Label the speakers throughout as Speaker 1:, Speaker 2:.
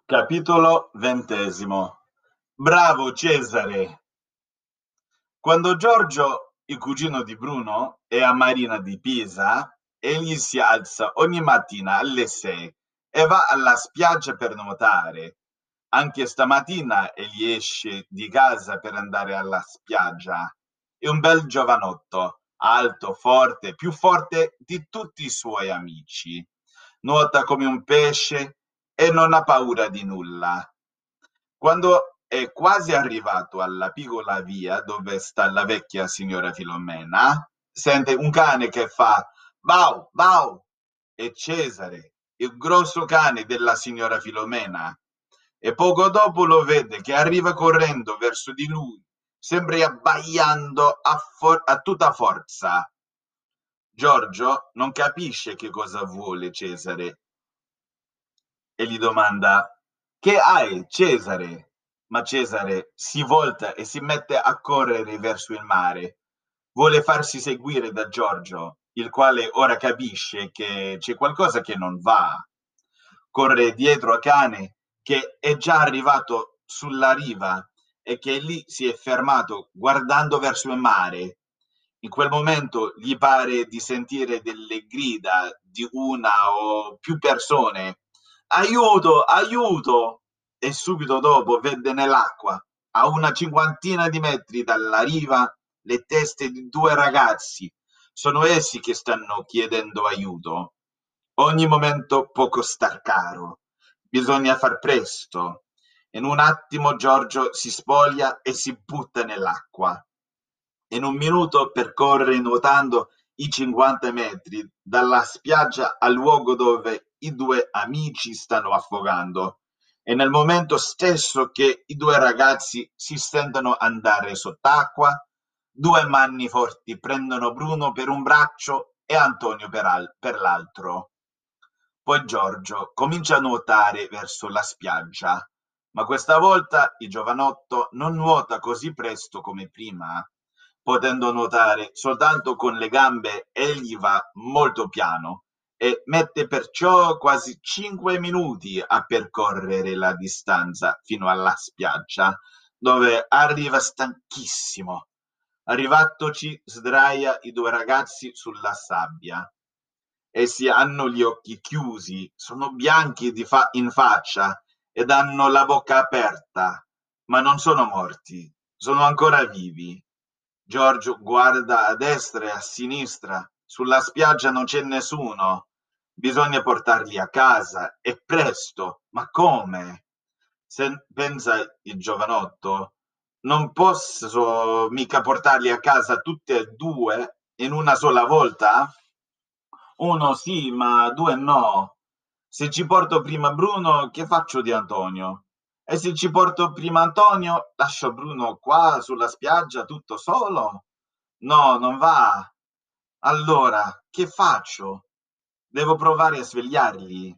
Speaker 1: Capitolo XX. Bravo Cesare! Quando Giorgio, il cugino di Bruno, è a Marina di Pisa, egli si alza ogni mattina alle 6 e va alla spiaggia per nuotare. Anche stamattina egli esce di casa per andare alla spiaggia. È un bel giovanotto, alto, forte, più forte di tutti i suoi amici. Nuota come un pesce e non ha paura di nulla. Quando è quasi arrivato alla piccola via dove sta la vecchia signora Filomena, sente un cane che fa "Bau, bau!" È Cesare, il grosso cane della signora Filomena, e poco dopo lo vede che arriva correndo verso di lui, sempre abbaiando a tutta forza. Giorgio non capisce che cosa vuole Cesare e gli domanda: "Che hai, Cesare?" Ma Cesare si volta e si mette a correre verso il mare. Vuole farsi seguire da Giorgio, il quale ora capisce che c'è qualcosa che non va. Corre dietro a cane che è già arrivato sulla riva e che lì si è fermato guardando verso il mare. In quel momento gli pare di sentire delle grida di una o più persone: "Aiuto, aiuto!" E subito dopo vede nell'acqua, a una cinquantina di metri dalla riva, le teste di due ragazzi. Sono essi che stanno chiedendo aiuto. Ogni momento può costar caro. Bisogna far presto. In un attimo Giorgio si spoglia e si butta nell'acqua. In un minuto percorre nuotando i 50 metri dalla spiaggia al luogo dove i due amici stanno affogando. E nel momento stesso che i due ragazzi si sentono andare sott'acqua, due mani forti prendono Bruno per un braccio e Antonio per l'altro. Poi Giorgio comincia a nuotare verso la spiaggia, ma questa volta il giovanotto non nuota così presto come prima. Potendo nuotare soltanto con le gambe, egli va molto piano e mette perciò quasi 5 minuti a percorrere la distanza fino alla spiaggia, dove arriva stanchissimo. Arrivatoci, sdraia i due ragazzi sulla sabbia. Essi hanno gli occhi chiusi, sono bianchi in faccia ed hanno la bocca aperta, ma non sono morti, sono ancora vivi. Giorgio guarda a destra e a sinistra, sulla spiaggia non c'è nessuno. Bisogna portarli a casa e presto, ma come? Pensa il giovanotto, non posso mica portarli a casa tutti e due in una sola volta? Uno sì, ma due no. Se ci porto prima Bruno, che faccio di Antonio? E se ci porto prima Antonio, lascio Bruno qua sulla spiaggia tutto solo? No, non va. Allora, che faccio? Devo provare a svegliarli.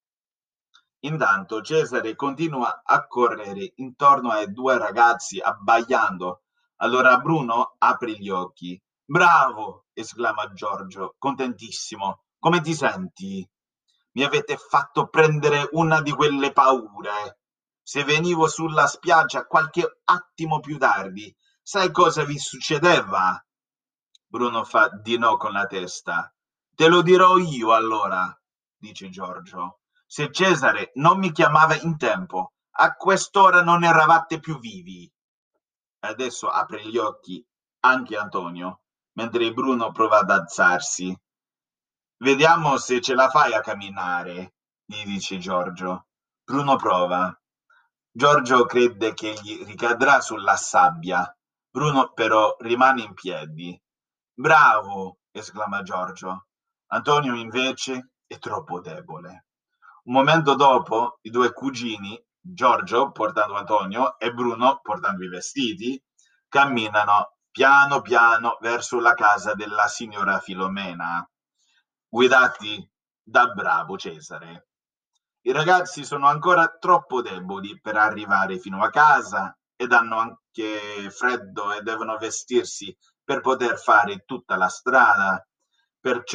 Speaker 1: Intanto Cesare continua a correre intorno ai due ragazzi abbaiando. Allora Bruno apre gli occhi. "Bravo!" esclama Giorgio, contentissimo. "Come ti senti?" "Mi avete fatto prendere una di quelle paure. Se venivo sulla spiaggia qualche attimo più tardi, sai cosa vi succedeva?" Bruno fa di no con la testa. "Te lo dirò io allora", dice Giorgio. "Se Cesare non mi chiamava in tempo, a quest'ora non eravate più vivi." Adesso apre gli occhi anche Antonio, mentre Bruno prova ad alzarsi. "Vediamo se ce la fai a camminare", gli dice Giorgio. Bruno prova. Giorgio crede che gli ricadrà sulla sabbia. Bruno però rimane in piedi. "Bravo!" esclama Giorgio. Antonio invece è troppo debole. Un momento dopo, i due cugini, Giorgio portando Antonio e Bruno portando i vestiti, camminano piano piano verso la casa della signora Filomena, guidati da bravo Cesare. I ragazzi sono ancora troppo deboli per arrivare fino a casa ed hanno anche freddo e devono vestirsi per poter fare tutta la strada, perciò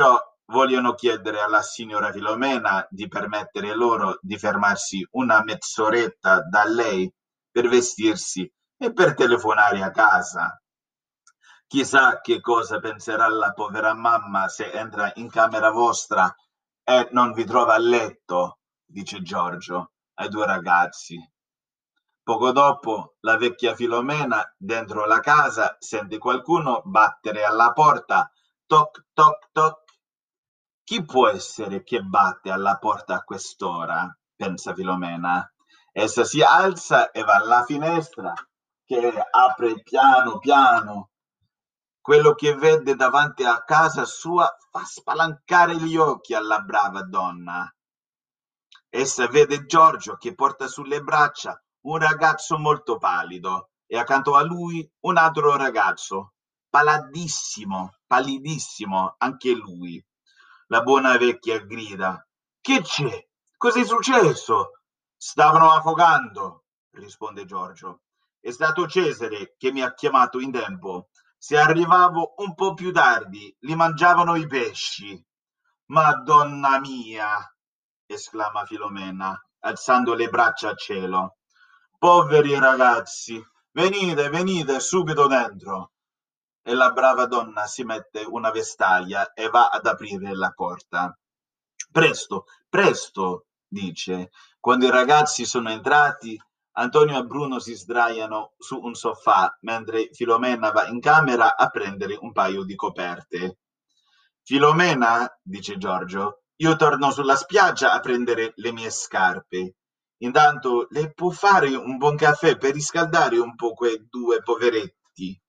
Speaker 1: vogliono chiedere alla signora Filomena di permettere loro di fermarsi una mezz'oretta da lei per vestirsi e per telefonare a casa. Chissà che cosa penserà la povera mamma se entra in camera vostra e non vi trova a letto, dice Giorgio ai due ragazzi. Poco dopo, la vecchia Filomena, dentro la casa, sente qualcuno battere alla porta. Toc, toc, toc. Chi può essere che batte alla porta a quest'ora? Pensa Filomena. Essa si alza e va alla finestra, che apre piano piano. Quello che vede davanti a casa sua fa spalancare gli occhi alla brava donna. Essa vede Giorgio che porta sulle braccia un ragazzo molto pallido e accanto a lui un altro ragazzo, pallidissimo anche lui. La buona vecchia grida: Che c'è? Cos'è successo? Stavano affogando, risponde Giorgio. È stato Cesare che mi ha chiamato in tempo. Se arrivavo un po' più tardi, li mangiavano i pesci. Madonna mia! Esclama Filomena, alzando le braccia al cielo. Poveri ragazzi, venite subito dentro. E la brava donna si mette una vestaglia e va ad aprire la porta. Presto, presto, dice. Quando i ragazzi sono entrati, Antonio e Bruno si sdraiano su un sofà, mentre Filomena va in camera a prendere un paio di coperte. Filomena, dice Giorgio, io torno sulla spiaggia a prendere le mie scarpe. Intanto le può fare un buon caffè per riscaldare un po' quei due poveretti.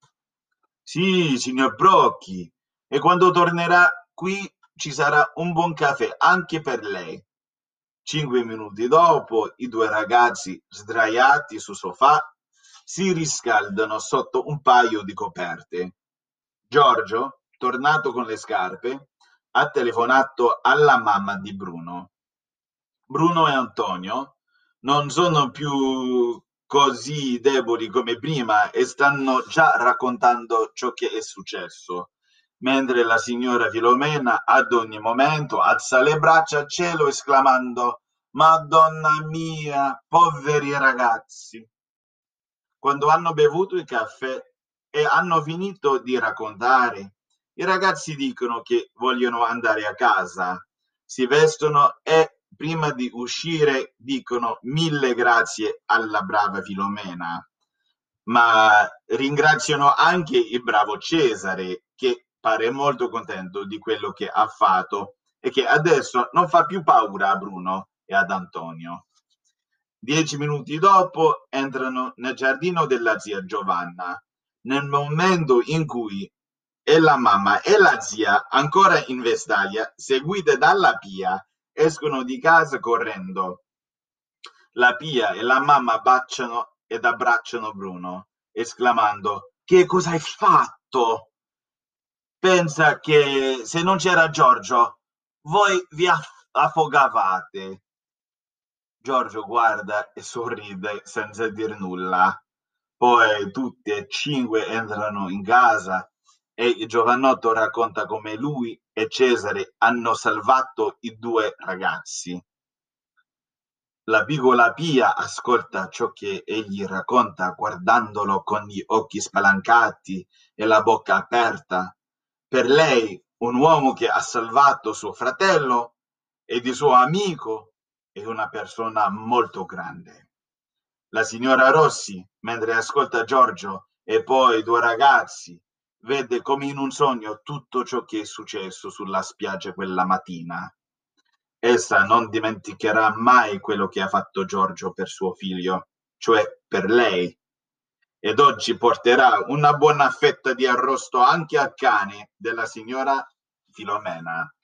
Speaker 1: Sì, signor Brocchi, e quando tornerà qui ci sarà un buon caffè anche per lei. 5 minuti dopo, i due ragazzi, sdraiati sul sofà, si riscaldano sotto un paio di coperte. Giorgio, tornato con le scarpe, ha telefonato alla mamma di Bruno. Bruno e Antonio non sono più così deboli come prima e stanno già raccontando ciò che è successo, mentre la signora Filomena ad ogni momento alza le braccia al cielo esclamando Madonna mia, poveri ragazzi. Quando hanno bevuto il caffè e hanno finito di raccontare, i ragazzi dicono che vogliono andare a casa, si vestono e prima di uscire dicono mille grazie alla brava Filomena, ma ringraziano anche il bravo Cesare che pare molto contento di quello che ha fatto e che adesso non fa più paura a Bruno e ad Antonio. 10 minuti dopo entrano nel giardino della zia Giovanna, nel momento in cui e la mamma e la zia, ancora in vestaglia, seguite dalla Pia, escono di casa correndo. La Pia e la mamma baciano ed abbracciano Bruno, esclamando: Che cosa hai fatto? Pensa che se non c'era Giorgio, voi vi affogavate. Giorgio guarda e sorride senza dir nulla. Poi tutti e cinque entrano in casa e Giovannotto racconta come lui e Cesare hanno salvato i due ragazzi. La piccola Pia ascolta ciò che egli racconta guardandolo con gli occhi spalancati e la bocca aperta. Per lei, un uomo che ha salvato suo fratello ed il suo amico è una persona molto grande. La signora Rossi, mentre ascolta Giorgio e poi i due ragazzi, vede come in un sogno tutto ciò che è successo sulla spiaggia quella mattina. Essa non dimenticherà mai quello che ha fatto Giorgio per suo figlio, cioè per lei, ed oggi porterà una buona fetta di arrosto anche al cane della signora Filomena.